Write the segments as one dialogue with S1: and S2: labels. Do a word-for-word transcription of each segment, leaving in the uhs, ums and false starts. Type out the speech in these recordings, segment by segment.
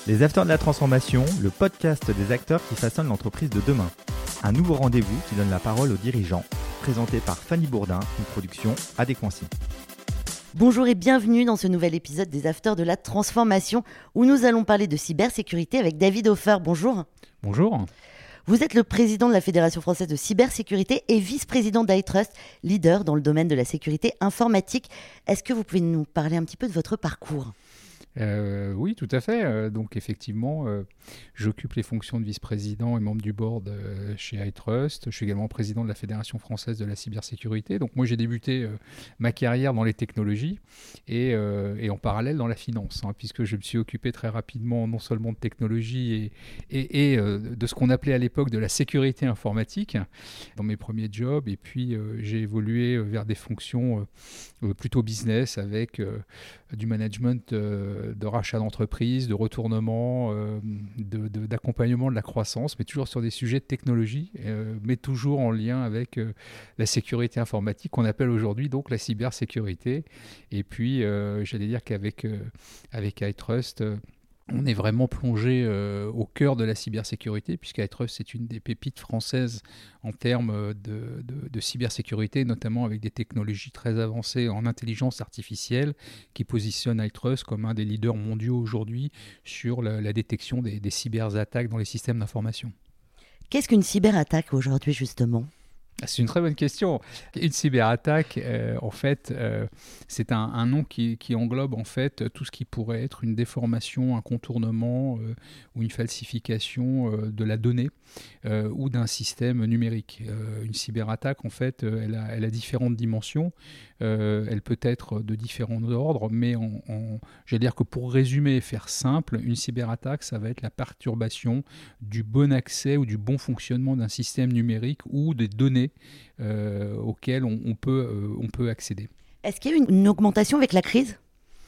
S1: Les Afters de la Transformation, le podcast des acteurs qui façonnent l'entreprise de demain. Un nouveau rendez-vous qui donne la parole aux dirigeants, présenté par Fanny Bourdin, une production Adéquancy.
S2: Bonjour et bienvenue dans ce nouvel épisode des Afters de la Transformation où nous allons parler de cybersécurité avec David Hofer. Bonjour.
S3: Bonjour.
S2: Vous êtes le président de la Fédération française de cybersécurité et vice-président d'iTrust, leader dans le domaine de la sécurité informatique. Est-ce que vous pouvez nous parler un petit peu de votre parcours ?
S3: Euh, oui, tout à fait. Euh, donc effectivement, euh, j'occupe les fonctions de vice-président et membre du board euh, chez iTrust. Je suis également président de la Fédération française de la cybersécurité. Donc moi, j'ai débuté euh, ma carrière dans les technologies et, euh, et en parallèle dans la finance, hein, puisque je me suis occupé très rapidement non seulement de technologie et, et, et euh, de ce qu'on appelait à l'époque de la sécurité informatique dans mes premiers jobs. Et puis, euh, j'ai évolué vers des fonctions euh, plutôt business avec euh, du management euh, de rachat d'entreprise, de retournement, euh, de, de, d'accompagnement de la croissance, mais toujours sur des sujets de technologie, euh, mais toujours en lien avec euh, la sécurité informatique qu'on appelle aujourd'hui donc la cybersécurité. Et puis, euh, j'allais dire qu'avec euh, avec iTrust, euh, on est vraiment plongé euh, au cœur de la cybersécurité, puisque iTrust c'est une des pépites françaises en termes de, de, de cybersécurité, notamment avec des technologies très avancées en intelligence artificielle, qui positionnent iTrust comme un des leaders mondiaux aujourd'hui sur la, la détection des, des cyberattaques dans les systèmes d'information.
S2: Qu'est-ce qu'une cyberattaque aujourd'hui justement ?
S3: C'est une très bonne question. Une cyberattaque, euh, en fait, euh, c'est un, un nom qui, qui englobe en fait tout ce qui pourrait être une déformation, un contournement euh, ou une falsification euh, de la donnée euh, ou d'un système numérique. Euh, une cyberattaque, en fait, euh, elle, a, elle a différentes dimensions. Euh, elle peut être de différents ordres, mais en, en, j'allais dire que pour résumer et faire simple, une cyberattaque, ça va être la perturbation du bon accès ou du bon fonctionnement d'un système numérique ou des données Euh, auxquels on, on, peut, euh, on peut accéder.
S2: Est-ce qu'il y a eu une augmentation avec la crise ?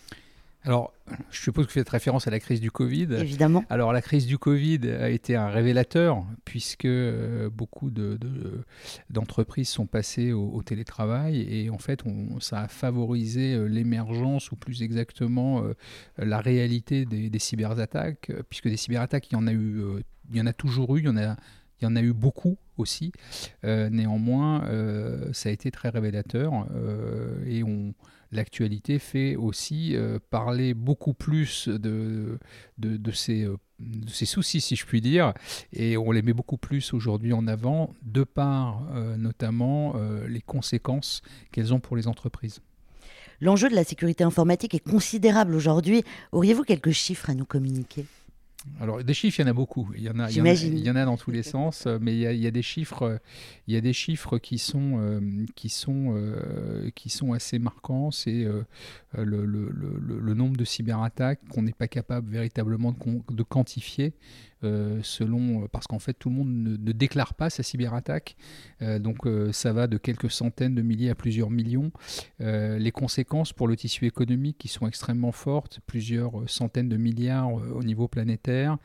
S3: Alors, je suppose que vous faites référence à la crise du Covid.
S2: Évidemment.
S3: Alors, la crise du Covid a été un révélateur puisque euh, beaucoup de, de, d'entreprises sont passées au, au télétravail et en fait, on, ça a favorisé euh, l'émergence ou plus exactement euh, la réalité des, des cyberattaques, puisque des cyberattaques, il y en a eu, euh, il y en a toujours eu, il y en a Il y en a eu beaucoup aussi. Euh, néanmoins, euh, ça a été très révélateur euh, et on, l'actualité fait aussi euh, parler beaucoup plus de, de, de, ces, de ces soucis, si je puis dire, et on les met beaucoup plus aujourd'hui en avant, de par euh, notamment euh, les conséquences qu'elles ont pour les entreprises.
S2: L'enjeu de la sécurité informatique est considérable aujourd'hui. Auriez-vous quelques chiffres à nous communiquer ?
S3: Alors, des chiffres, il y en a beaucoup. Il y en a, il y en a, il y en a dans tous les sens, mais il y a, il y a des chiffres, il y a des chiffres qui sont, euh, qui sont, euh, qui sont assez marquants. C'est euh, le, le, le, le nombre de cyberattaques qu'on n'est pas capable véritablement de, de quantifier. Euh, selon, parce qu'en fait tout le monde ne, ne déclare pas sa cyberattaque, euh, donc euh, ça va de quelques centaines de milliers à plusieurs millions. Euh, les conséquences pour le tissu économique qui sont extrêmement fortes, plusieurs centaines de milliards euh, au niveau planétaire.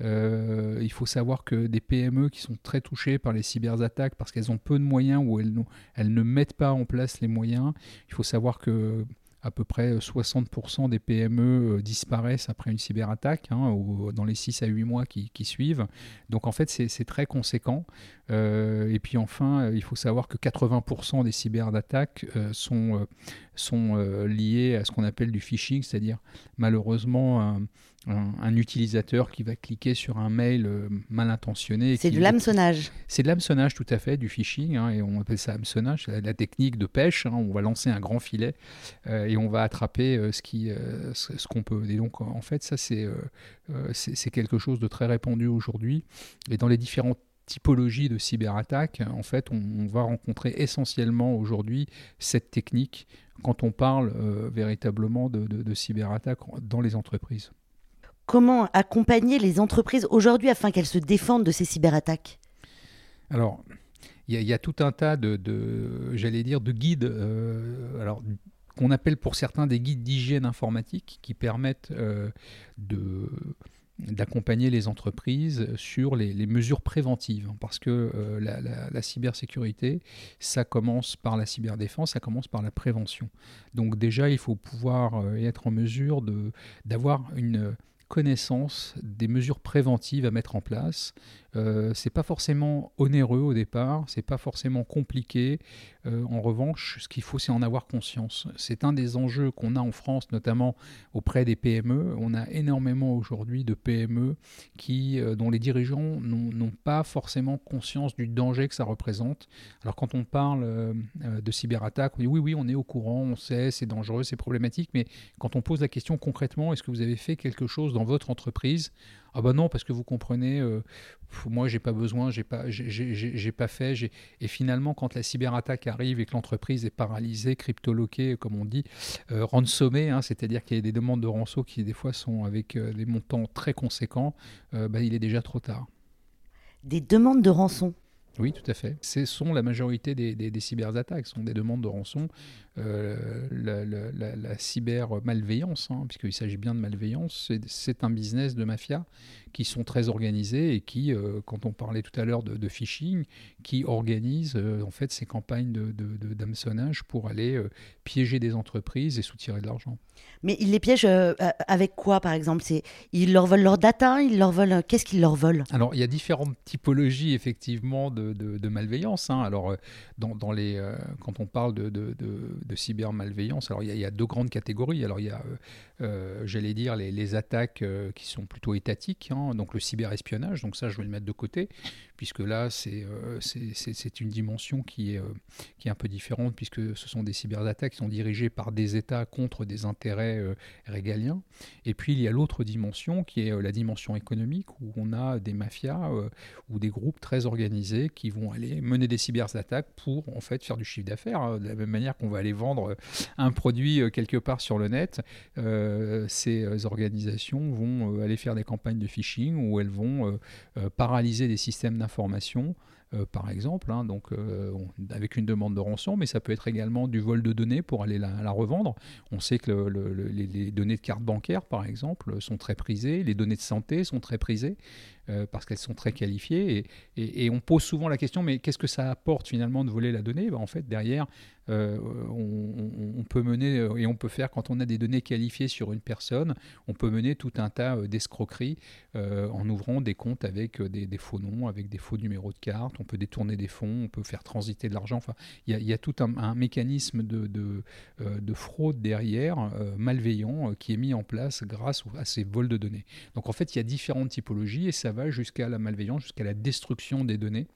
S3: Euh, il faut savoir que des P M E qui sont très touchées par les cyberattaques parce qu'elles ont peu de moyens ou elles, elles ne mettent pas en place les moyens, il faut savoir que à peu près soixante pour cent des P M E disparaissent après une cyberattaque, hein, ou dans les six à huit mois qui, qui suivent. Donc en fait, c'est, c'est très conséquent. Euh, et puis enfin, il faut savoir que quatre-vingts pour cent des cyberattaques euh, sont, euh, sont euh, liées à ce qu'on appelle du phishing, c'est-à-dire malheureusement un, un, un utilisateur qui va cliquer sur un mail euh, mal intentionné.
S2: C'est
S3: qui,
S2: de l'hameçonnage.
S3: C'est de l'hameçonnage, tout à fait, du phishing, hein, et on appelle ça hameçonnage, c'est la, la technique de pêche. Hein, on va lancer un grand filet euh, et on va attraper euh, ce, qui, euh, ce, ce qu'on peut. Et donc, en fait, ça, c'est, euh, c'est, c'est quelque chose de très répandu aujourd'hui. Et dans les différentes typologies de cyberattaques, en fait, on, on va rencontrer essentiellement aujourd'hui cette technique quand on parle euh, véritablement de, de, de cyberattaques dans les entreprises.
S2: Comment accompagner les entreprises aujourd'hui afin qu'elles se défendent de ces cyberattaques ?
S3: Alors, il y, y a tout un tas de, de j'allais dire, de guides, euh, alors, qu'on appelle pour certains des guides d'hygiène informatique qui permettent euh, de... d'accompagner les entreprises sur les, les mesures préventives, parce que euh, la, la, la cybersécurité, ça commence par la cyberdéfense, ça commence par la prévention. Donc déjà, il faut pouvoir euh, être en mesure de, d'avoir une connaissance des mesures préventives à mettre en place. Euh, c'est pas forcément onéreux au départ, c'est pas forcément compliqué. Euh, en revanche, ce qu'il faut, c'est en avoir conscience. C'est un des enjeux qu'on a en France, notamment auprès des P M E. On a énormément aujourd'hui de P M E qui, euh, dont les dirigeants n'ont, n'ont pas forcément conscience du danger que ça représente. Alors quand on parle euh, de cyberattaque, on dit oui, oui, on est au courant, on sait, c'est dangereux, c'est problématique, mais quand on pose la question concrètement, est-ce que vous avez fait quelque chose dans votre entreprise ? Ah ben non, parce que vous comprenez, euh, moi j'ai pas besoin, j'ai pas, j'ai, j'ai, j'ai pas fait. J'ai... Et finalement, quand la cyberattaque arrive et que l'entreprise est paralysée, cryptoloquée, comme on dit, euh, rançonnée, hein, c'est-à-dire qu'il y a des demandes de rançon qui des fois sont avec euh, des montants très conséquents, euh, bah, il est déjà trop tard.
S2: Des demandes de rançon.
S3: Oui, tout à fait. Ce sont la majorité des, des, des cyberattaques, ce sont des demandes de rançon. Euh, la, la, la, la cyber-malveillance, hein, puisqu'il s'agit bien de malveillance, c'est, c'est un business de mafia qui sont très organisés et qui, euh, quand on parlait tout à l'heure de, de phishing, qui organisent euh, en fait ces campagnes de, de, de, d'hameçonnage pour aller euh, piéger des entreprises et soutirer de l'argent.
S2: Mais ils les piègent euh, avec quoi, par exemple ? C'est, ils leur volent leur data, ils leur volent, qu'est-ce qu'ils leur volent ?
S3: Alors, il y a différentes typologies, effectivement, de, de, de malveillance. Hein. Alors, dans, dans les, euh, quand on parle de, de, de, de cybermalveillance, alors il y, a, il y a deux grandes catégories. Alors, il y a, euh, j'allais dire, les, les attaques euh, qui sont plutôt étatiques, hein, donc le cyberespionnage. Donc ça, je vais le mettre de côté, puisque là, c'est, euh, c'est, c'est, c'est une dimension qui est, euh, qui est un peu différente, puisque ce sont des cyberattaques qui sont dirigées par des États contre des intérêts euh, régaliens. Et puis, il y a l'autre dimension, qui est euh, la dimension économique, où on a des mafias euh, ou des groupes très organisés qui vont aller mener des cyberattaques pour en fait faire du chiffre d'affaires, hein, de la même manière qu'on va aller vendre un produit euh, quelque part sur le net. Euh, ces organisations vont euh, aller faire des campagnes de phishing où elles vont euh, euh, paralyser des systèmes d'information. Euh, par exemple, hein, donc, euh, on, avec une demande de rançon, mais ça peut être également du vol de données pour aller la, la revendre. On sait que le, le, le, les, les données de carte bancaire, par exemple, sont très prisées, les données de santé sont très prisées, euh, parce qu'elles sont très qualifiées, et, et, et on pose souvent la question, mais qu'est-ce que ça apporte finalement de voler la donnée ? Ben, en fait, derrière, euh, on, on, on peut mener, et on peut faire, quand on a des données qualifiées sur une personne, on peut mener tout un tas d'escroqueries euh, en ouvrant des comptes avec des, des faux noms, avec des faux numéros de carte. On peut détourner des fonds, on peut faire transiter de l'argent. Enfin, il y, y a tout un, un mécanisme de, de, euh, de fraude derrière, euh, malveillant, euh, qui est mis en place grâce à ces vols de données. Donc en fait, il y a différentes typologies et ça va jusqu'à la malveillance, jusqu'à la destruction des données,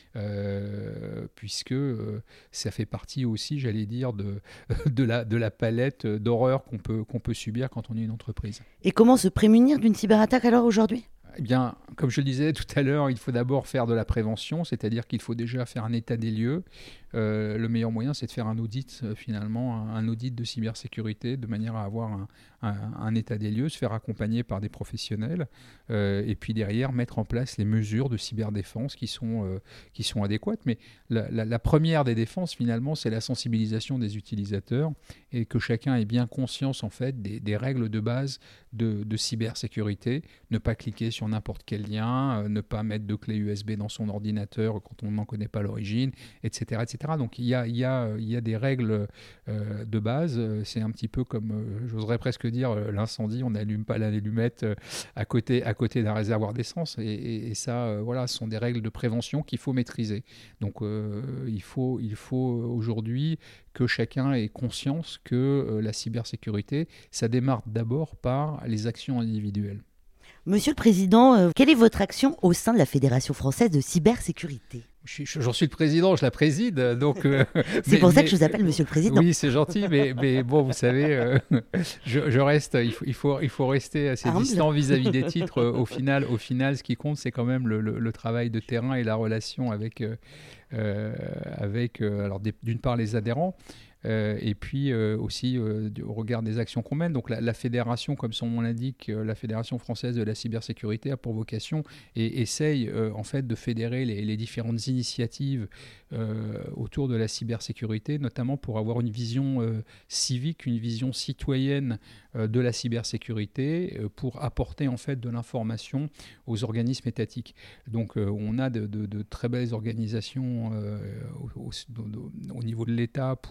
S3: euh, puisque euh, ça fait partie aussi, j'allais dire, de, de, la, de la palette d'horreur qu'on peut, qu'on peut subir quand on est une entreprise.
S2: Et comment se prémunir d'une cyberattaque alors aujourd'hui ?
S3: Eh bien, comme je le disais tout à l'heure, il faut d'abord faire de la prévention, c'est-à-dire qu'il faut déjà faire un état des lieux. Euh, le meilleur moyen, c'est de faire un audit, euh, finalement, un, un audit de cybersécurité, de manière à avoir un, un, un état des lieux, se faire accompagner par des professionnels, euh, et puis derrière, mettre en place les mesures de cyberdéfense qui sont, euh, qui sont adéquates. Mais la, la, la première des défenses, finalement, c'est la sensibilisation des utilisateurs, et que chacun ait bien conscience, en fait, des, des règles de base de, de cybersécurité. Ne pas cliquer sur n'importe quel lien, euh, ne pas mettre de clé U S B dans son ordinateur quand on n'en connaît pas l'origine, et cetera, et cetera. Donc il y a, il y a, il y a des règles euh, de base. C'est un petit peu comme, euh, j'oserais presque dire, euh, l'incendie. On n'allume pas l'allumette euh, à côté, à côté d'un réservoir d'essence. Et, et, et ça, euh, voilà, ce sont des règles de prévention qu'il faut maîtriser. Donc euh, il faut, il faut aujourd'hui que chacun ait conscience que euh, la cybersécurité, ça démarre d'abord par les actions individuelles.
S2: Monsieur le Président, euh, quelle est votre action au sein de la Fédération française de cybersécurité ?
S3: J'en suis le président, je la préside, donc. Euh,
S2: c'est
S3: mais,
S2: pour ça
S3: mais,
S2: que je vous appelle Monsieur le Président.
S3: Oui, c'est gentil, mais, mais bon, vous savez, euh, je, je reste. Il faut, il faut, il faut rester assez
S2: Humble.
S3: distant vis-à-vis des titres. Au final, au final, ce qui compte, c'est quand même le, le, le travail de terrain et la relation avec, euh, avec, euh, alors d'une part les adhérents. Euh, et puis euh, aussi euh, au regard des actions qu'on mène. Donc la, la fédération, comme son nom l'indique, euh, la Fédération française de la cybersécurité a pour vocation et essaye euh, en fait de fédérer les, les différentes initiatives euh, autour de la cybersécurité, notamment pour avoir une vision euh, civique, une vision citoyenne euh, de la cybersécurité, euh, pour apporter en fait de l'information aux organismes étatiques. Donc euh, on a de, de, de très belles organisations euh, au, au, au niveau de l'État pour euh,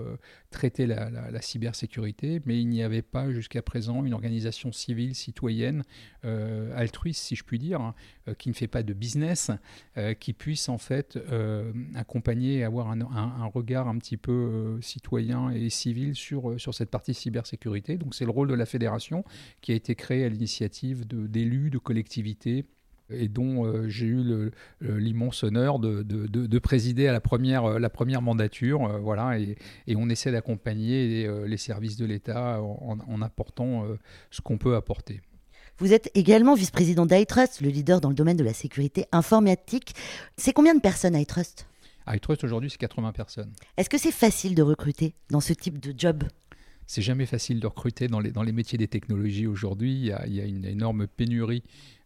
S3: euh, traiter la, la, la cybersécurité, mais il n'y avait pas jusqu'à présent une organisation civile, citoyenne, euh, altruiste, si je puis dire, hein, euh, qui ne fait pas de business, euh, qui puisse en fait euh, accompagner et avoir un, un, un regard un petit peu euh, citoyen et civil sur, sur cette partie cybersécurité. Donc c'est le rôle de la fédération qui a été créée à l'initiative de, d'élus, de collectivités, et dont euh, j'ai eu le, le, l'immense honneur de, de, de, de présider à la première, la première mandature. Euh, voilà, et, et on essaie d'accompagner les, euh, les services de l'État en, en apportant euh, ce qu'on peut apporter.
S2: Vous êtes également vice-président d'iTrust, le leader dans le domaine de la sécurité informatique. C'est combien de personnes iTrust ?
S3: iTrust aujourd'hui, c'est quatre-vingts personnes.
S2: Est-ce que c'est facile de recruter dans ce type de job ?
S3: C'est jamais facile de recruter dans les, dans les métiers des technologies aujourd'hui. Il y a, il y a une énorme pénurie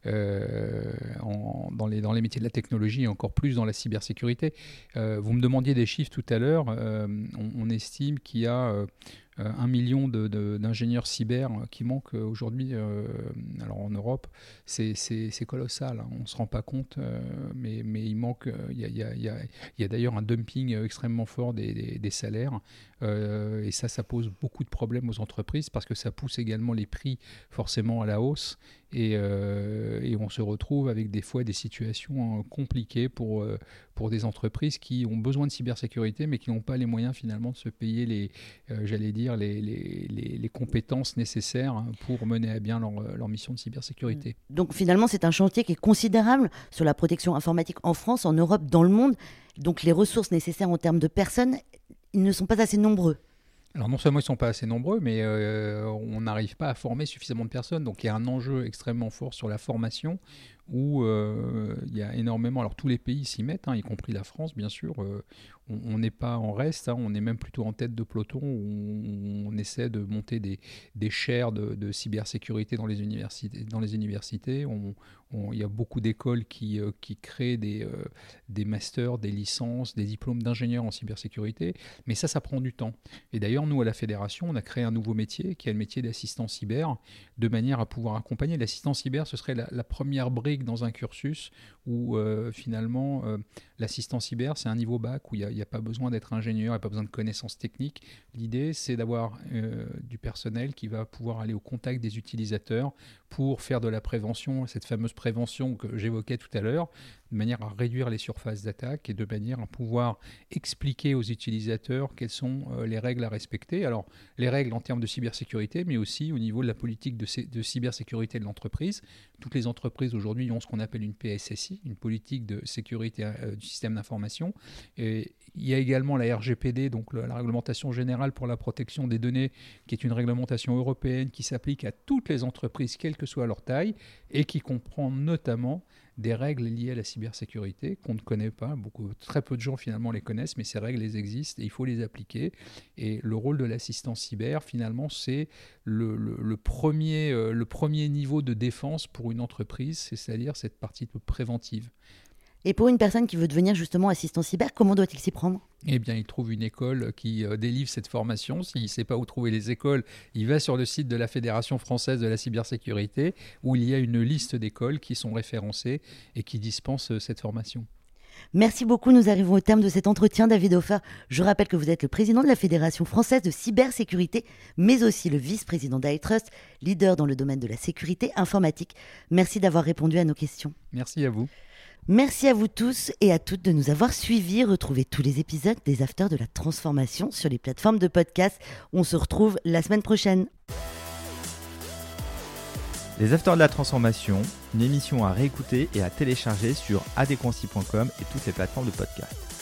S3: euh, en, dans, les, dans les métiers de la technologie et encore plus dans la cybersécurité. Euh, vous me demandiez des chiffres tout à l'heure. Euh, on, on estime qu'il y a euh, un million de, de, d'ingénieurs cyber qui manquent aujourd'hui. Euh, alors en Europe, c'est, c'est, c'est colossal. Hein. On ne se rend pas compte, euh, mais, mais il manque. Il y a, il y a, il y a, il y a d'ailleurs un dumping extrêmement fort des, des, des salaires. Euh, et ça, ça pose beaucoup de problèmes aux entreprises parce que ça pousse également les prix forcément à la hausse. Et, euh, et on se retrouve avec des fois des situations euh, compliquées pour, euh, pour des entreprises qui ont besoin de cybersécurité mais qui n'ont pas les moyens finalement de se payer les, euh, j'allais dire, les, les, les, les compétences nécessaires pour mener à bien leur, leur mission de cybersécurité.
S2: Donc finalement, c'est un chantier qui est considérable sur la protection informatique en France, en Europe, dans le monde. Donc les ressources nécessaires en termes de personnes, ils ne sont pas assez nombreux.
S3: Alors non seulement ils ne sont pas assez nombreux, mais euh, on n'arrive pas à former suffisamment de personnes. Donc il y a un enjeu extrêmement fort sur la formation où euh, il y a énormément... Alors tous les pays s'y mettent, hein, y compris la France bien sûr. Euh, on n'est pas en reste, hein, on est même plutôt en tête de peloton où on, on essaie de monter des, des chaires de, de cybersécurité dans les universités. Dans les universités. On, on, il y a beaucoup d'écoles qui, euh, qui créent des, euh, des masters, des licences, des diplômes d'ingénieurs en cybersécurité. Mais ça, ça prend du temps. Et d'ailleurs, nous, à la Fédération, on a créé un nouveau métier qui est le métier d'assistant cyber, de manière à pouvoir accompagner. L'assistant cyber, ce serait la, la première brique dans un cursus où euh, finalement, euh, l'assistant cyber, c'est un niveau bac où il n'y a, a pas besoin d'être ingénieur, il n'y a pas besoin de connaissances techniques. L'idée, c'est d'avoir euh, du personnel qui va pouvoir aller au contact des utilisateurs pour faire de la prévention, cette fameuse prévention que j'évoquais tout à l'heure, de manière à réduire les surfaces d'attaque et de manière à pouvoir expliquer aux utilisateurs quelles sont euh, les règles à respecter. Alors, les règles en termes de cybersécurité, mais aussi au niveau de la politique de, c- de cybersécurité de l'entreprise. Toutes les entreprises aujourd'hui ont ce qu'on appelle une P S S I, une politique de sécurité euh, du système d'information. Et il y a également la R G P D, donc le, la réglementation générale pour la protection des données, qui est une réglementation européenne qui s'applique à toutes les entreprises, quelle que soit leur taille, et qui comprend notamment des règles liées à la cybersécurité qu'on ne connaît pas. Beaucoup, très peu de gens finalement les connaissent, mais ces règles elles existent et il faut les appliquer. Et le rôle de l'assistant cyber, finalement, c'est le, le, le, premier, euh, le premier niveau de défense pour une entreprise, c'est-à-dire cette partie préventive.
S2: Et pour une personne qui veut devenir justement assistant cyber, comment doit-il s'y prendre ?
S3: Eh bien, il trouve une école qui euh, délivre cette formation. S'il ne sait pas où trouver les écoles, il va sur le site de la Fédération française de la cybersécurité où il y a une liste d'écoles qui sont référencées et qui dispensent euh, cette formation.
S2: Merci beaucoup. Nous arrivons au terme de cet entretien, David Hofer. Je rappelle que vous êtes le président de la Fédération française de cybersécurité, mais aussi le vice-président d'iTrust, leader dans le domaine de la sécurité informatique. Merci d'avoir répondu à nos questions.
S3: Merci à vous.
S2: Merci à vous tous et à toutes de nous avoir suivis. Retrouvez tous les épisodes des Afters de la Transformation sur les plateformes de podcast. On se retrouve la semaine prochaine.
S1: Les Afters de la Transformation, une émission à réécouter et à télécharger sur adconci point com et toutes les plateformes de podcast.